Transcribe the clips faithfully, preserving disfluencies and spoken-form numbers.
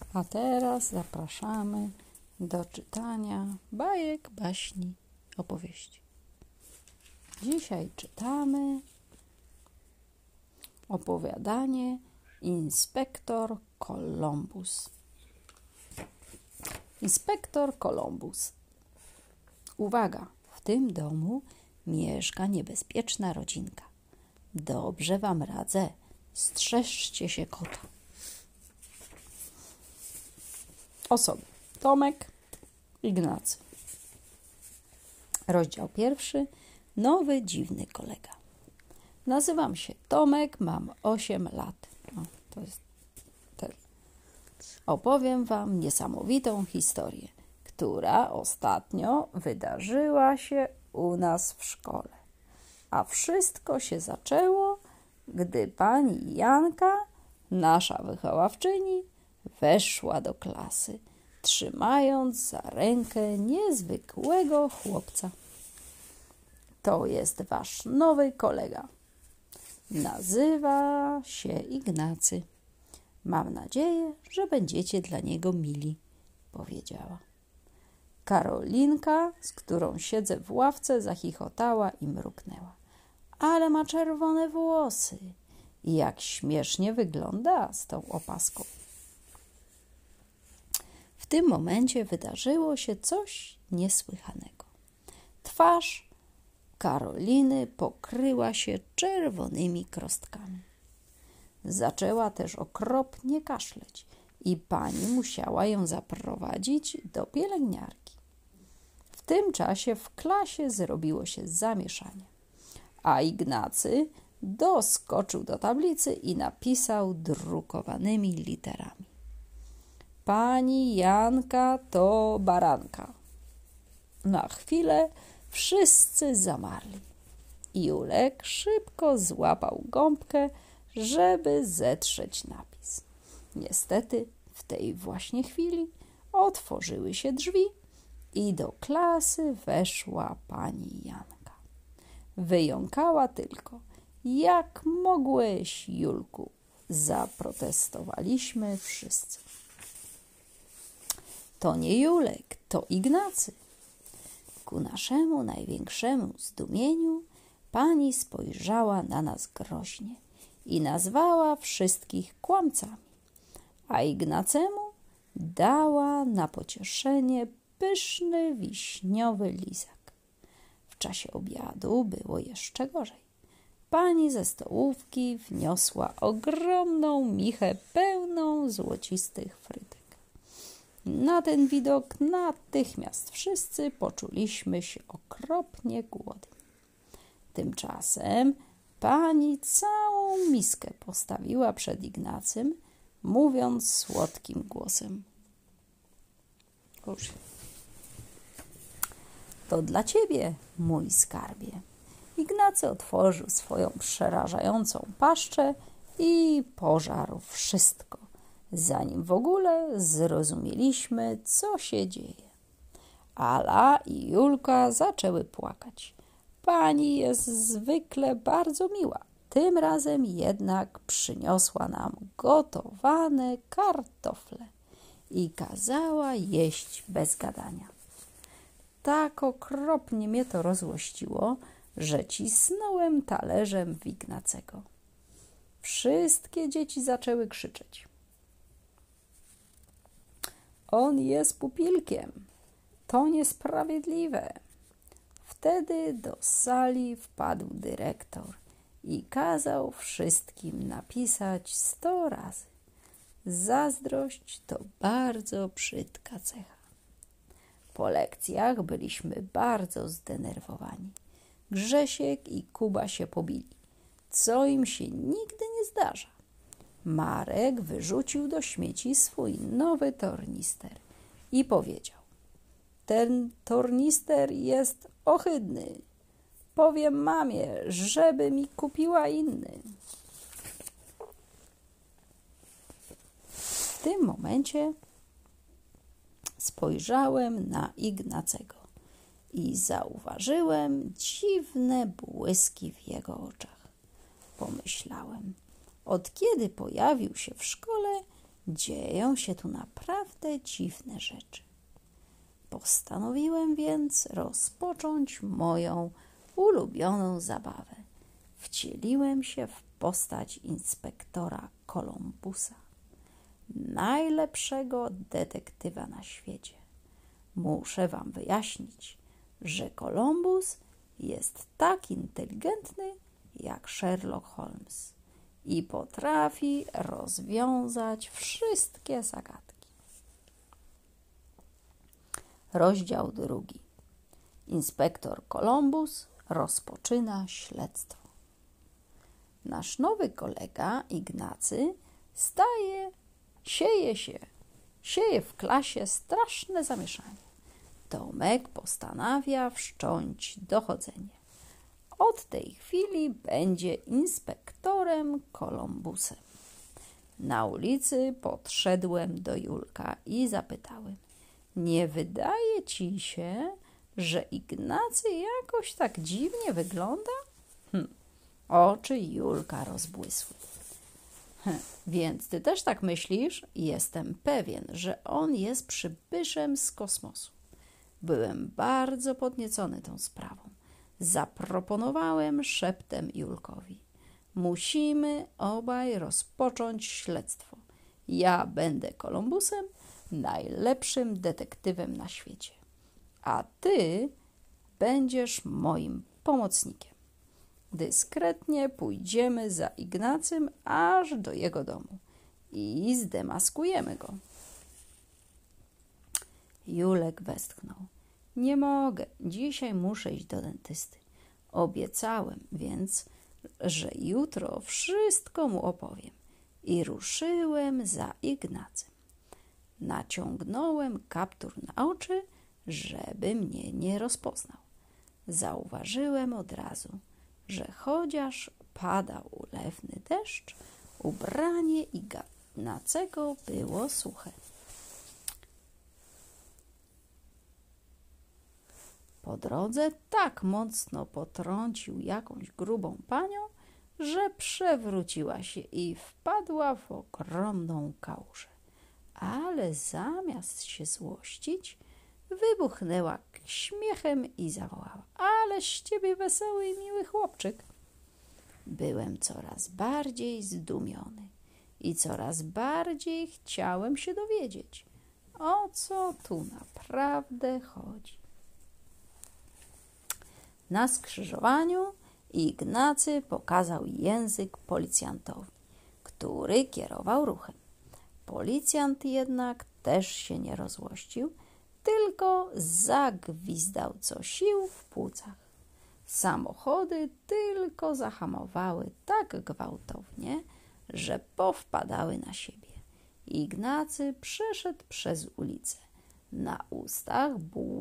A teraz zapraszamy do czytania bajek, baśni, opowieści. Dzisiaj czytamy opowiadanie Inspektor Kolumbus. Inspektor Kolumbus. Uwaga, w tym domu mieszka niebezpieczna rodzinka. Dobrze wam radzę, strzeżcie się kota. Osoby: Tomek, Ignacy. Rozdział pierwszy. Nowy, dziwny kolega. Nazywam się Tomek, mam osiem lat. O, to jest ten. Opowiem wam niesamowitą historię, która ostatnio wydarzyła się u nas w szkole. A wszystko się zaczęło, gdy pani Janka, nasza wychowawczyni, weszła do klasy, trzymając za rękę niezwykłego chłopca. To jest wasz nowy kolega. Nazywa się Ignacy. Mam nadzieję, że będziecie dla niego mili, powiedziała. Karolinka, z którą siedzę w ławce, zachichotała i mruknęła. Ale ma czerwone włosy i jak śmiesznie wygląda z tą opaską. W tym momencie wydarzyło się coś niesłychanego. Twarz Karoliny pokryła się czerwonymi krostkami. Zaczęła też okropnie kaszleć i pani musiała ją zaprowadzić do pielęgniarki. W tym czasie w klasie zrobiło się zamieszanie, a Ignacy doskoczył do tablicy i napisał drukowanymi literami: Pani Janka to baranka. Na chwilę wszyscy zamarli. Julek szybko złapał gąbkę, żeby zetrzeć napis. Niestety w tej właśnie chwili otworzyły się drzwi i do klasy weszła pani Janka. Wyjąkała tylko: jak mogłeś, Julku? Zaprotestowaliśmy wszyscy. To nie Julek, to Ignacy. Ku naszemu największemu zdumieniu pani spojrzała na nas groźnie i nazwała wszystkich kłamcami, a Ignacemu dała na pocieszenie pyszny wiśniowy lizak. W czasie obiadu było jeszcze gorzej. Pani ze stołówki wniosła ogromną michę pełną złocistych frytek. Na ten widok natychmiast wszyscy poczuliśmy się okropnie głodni. Tymczasem pani całą miskę postawiła przed Ignacym, mówiąc słodkim głosem: Uż. To dla ciebie, mój skarbie. Ignacy otworzył swoją przerażającą paszczę i pożarł wszystko, zanim w ogóle zrozumieliśmy, co się dzieje. Ala i Julka zaczęły płakać. Pani jest zwykle bardzo miła. Tym razem jednak przyniosła nam gotowane kartofle i kazała jeść bez gadania. Tak okropnie mnie to rozłościło, że cisnąłem talerzem w Ignacego. Wszystkie dzieci zaczęły krzyczeć: on jest pupilkiem, to niesprawiedliwe. Wtedy do sali wpadł dyrektor i kazał wszystkim napisać sto razy: zazdrość to bardzo brzydka cecha. Po lekcjach byliśmy bardzo zdenerwowani. Grzesiek i Kuba się pobili, co im się nigdy nie zdarza. Marek wyrzucił do śmieci swój nowy tornister i powiedział: ten tornister jest ohydny. Powiem mamie, żeby mi kupiła inny. W tym momencie spojrzałem na Ignacego i zauważyłem dziwne błyski w jego oczach. Pomyślałem: od kiedy pojawił się w szkole, Dzieją się tu naprawdę dziwne rzeczy. Postanowiłem więc rozpocząć moją ulubioną zabawę. Wcieliłem się w postać inspektora Kolumbusa, najlepszego detektywa na świecie. Muszę wam wyjaśnić, że Kolumbus jest tak inteligentny jak Sherlock Holmes i potrafi rozwiązać wszystkie zagadki. Rozdział drugi. Inspektor Kolumbus rozpoczyna śledztwo. Nasz nowy kolega Ignacy staje, sieje się, sieje w klasie straszne zamieszanie. Tomek postanawia wszcząć dochodzenie. Od tej chwili będzie inspektorem Kolumbusem. Na ulicy podszedłem do Julka i zapytałem: nie wydaje ci się, że Ignacy jakoś tak dziwnie wygląda? Hm. Oczy Julka rozbłysły. Hm. Więc ty też tak myślisz? Jestem pewien, że on jest przybyszem z kosmosu. Byłem bardzo podniecony tą sprawą. Zaproponowałem szeptem Julkowi: musimy obaj rozpocząć śledztwo. Ja będę Kolumbusem, najlepszym detektywem na świecie, a ty będziesz moim pomocnikiem. Dyskretnie pójdziemy za Ignacym aż do jego domu i zdemaskujemy go. Julek westchnął: nie mogę, dzisiaj muszę iść do dentysty. Obiecałem więc, że jutro wszystko mu opowiem i ruszyłem za Ignacym. Naciągnąłem kaptur na oczy, żeby mnie nie rozpoznał. Zauważyłem od razu, że chociaż padał ulewny deszcz, ubranie Ignacego było suche. Po drodze tak mocno potrącił jakąś grubą panią, że przewróciła się i wpadła w ogromną kałużę. Ale zamiast się złościć, wybuchnęła śmiechem i zawołała: ale z ciebie wesoły i miły chłopczyk. Byłem coraz bardziej zdumiony i coraz bardziej chciałem się dowiedzieć, o co tu naprawdę chodzi. Na skrzyżowaniu Ignacy pokazał język policjantowi, który kierował ruchem. Policjant jednak też się nie rozłościł, tylko zagwizdał co sił w płucach. Samochody tylko zahamowały tak gwałtownie, że powpadały na siebie. Ignacy przeszedł przez ulicę. Na ustach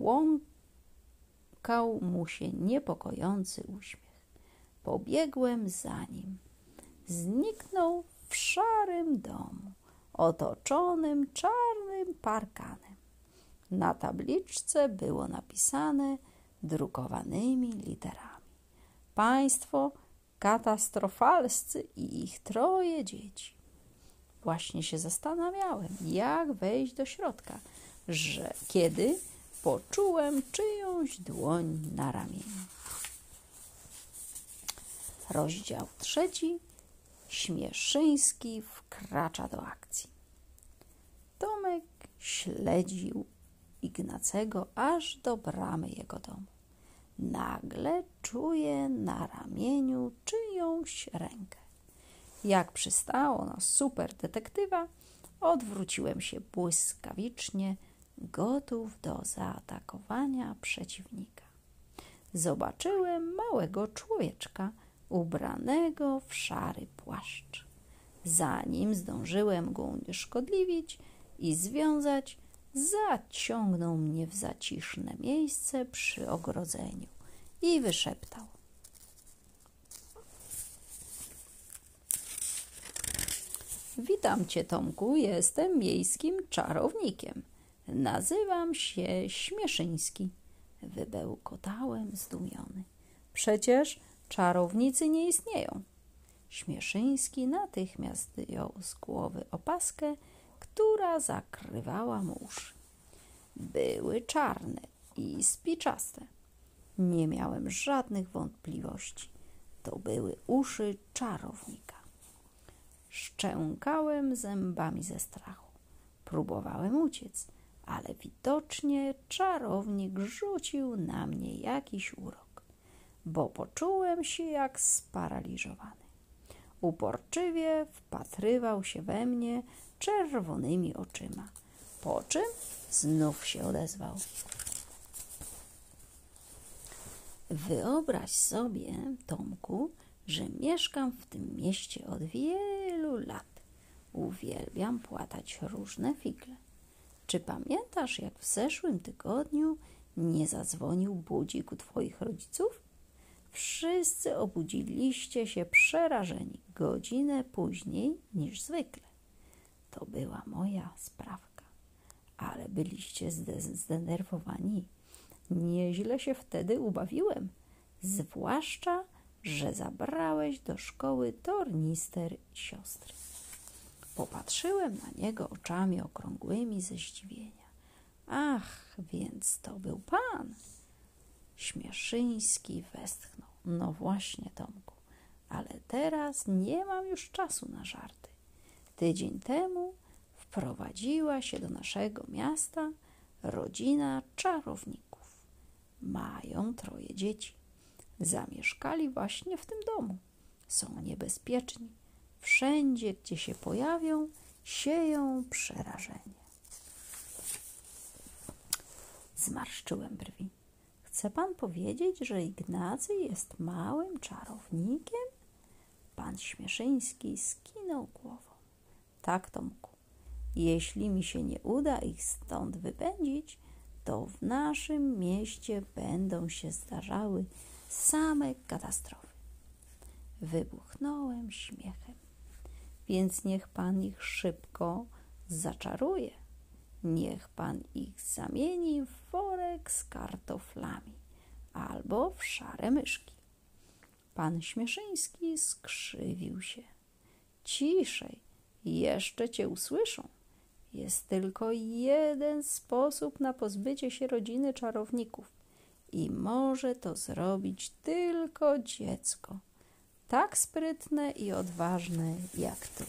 błąkał mu się niepokojący uśmiech. Pobiegłem za nim. Zniknął w szarym domu, otoczonym czarnym parkanem. Na tabliczce było napisane drukowanymi literami: państwo katastrofalscy i ich troje dzieci. Właśnie się zastanawiałem, jak wejść do środka, że kiedy poczułem czyjąś dłoń na ramieniu. Rozdział trzeci. Śmieszyński wkracza do akcji. Tomek śledził Ignacego aż do bramy jego domu. Nagle czuje na ramieniu czyjąś rękę. Jak przystało na super detektywa, odwróciłem się błyskawicznie, gotów do zaatakowania przeciwnika. Zobaczyłem małego człowieczka ubranego w szary płaszcz. Zanim zdążyłem go unieszkodliwić i związać, zaciągnął mnie w zaciszne miejsce przy ogrodzeniu i wyszeptał: witam cię, Tomku, jestem miejskim czarownikiem. Nazywam się Śmieszyński. Wybełkotałem zdumiony. Przecież czarownicy nie istnieją. Śmieszyński natychmiast zdjął z głowy opaskę która zakrywała mu uszy. Były czarne i spiczaste. Nie miałem żadnych wątpliwości. To były uszy czarownika. Szczękałem zębami ze strachu. Próbowałem uciec, ale widocznie czarownik rzucił na mnie jakiś urok, bo poczułem się jak sparaliżowany. Uporczywie wpatrywał się we mnie czerwonymi oczyma, po czym znów się odezwał. Wyobraź sobie, Tomku, że mieszkam w tym mieście od wielu lat. Uwielbiam płatać różne figle. Czy pamiętasz, jak w zeszłym tygodniu nie zadzwonił budzik u twoich rodziców? Wszyscy obudziliście się przerażeni godzinę później niż zwykle. To była moja sprawka, ale byliście zdenerwowani. Nieźle się wtedy ubawiłem, zwłaszcza, że zabrałeś do szkoły tornister siostry. Popatrzyłem na niego oczami okrągłymi ze zdziwienia. Ach, więc to był pan. Śmieszyński westchnął. No właśnie, Tomku, ale teraz nie mam już czasu na żarty. Tydzień temu wprowadziła się do naszego miasta rodzina czarowników. Mają troje dzieci. Zamieszkali właśnie w tym domu. Są niebezpieczni. Wszędzie, gdzie się pojawią, sieją przerażenie. Zmarszczyłem brwi. Chce pan powiedzieć, że Ignacy jest małym czarownikiem? Pan Śmieszyński skinął głową. Tak, Tomku. Jeśli mi się nie uda ich stąd wypędzić, to w naszym mieście będą się zdarzały same katastrofy. Wybuchnąłem śmiechem. Więc niech pan ich szybko zaczaruje. Niech pan ich zamieni w worek z kartoflami albo w szare myszki. Pan Śmieszyński skrzywił się. Ciszej, jeszcze cię usłyszą. Jest tylko jeden sposób na pozbycie się rodziny czarowników i może to zrobić tylko dziecko, tak sprytne i odważne jak ty.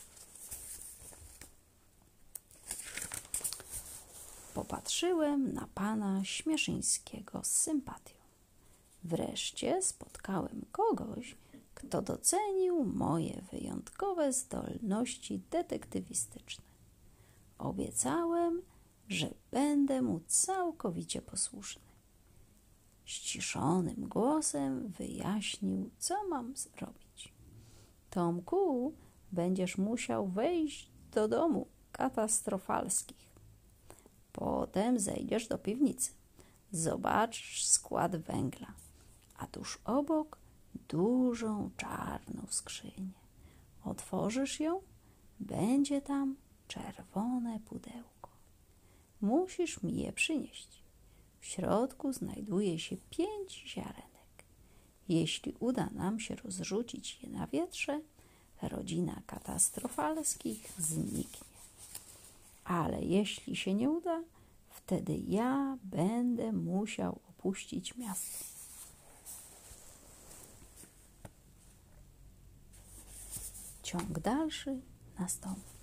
Popatrzyłem na pana Śmieszyńskiego z sympatią. Wreszcie spotkałem kogoś, kto docenił moje wyjątkowe zdolności detektywistyczne. Obiecałem, że będę mu całkowicie posłuszny. Ściszonym głosem wyjaśnił, co mam zrobić. Tomku, będziesz musiał wejść do domu katastrofalskich. Potem zejdziesz do piwnicy. Zobacz skład węgla, a tuż obok dużą czarną skrzynię. Otworzysz ją, będzie tam czerwone pudełko. Musisz mi je przynieść. W środku znajduje się pięć ziarenek. Jeśli uda nam się rozrzucić je na wietrze, rodzina katastrofalskich zniknie. Ale jeśli się nie uda, wtedy ja będę musiał opuścić miasto. Ciąg dalszy nastąpi.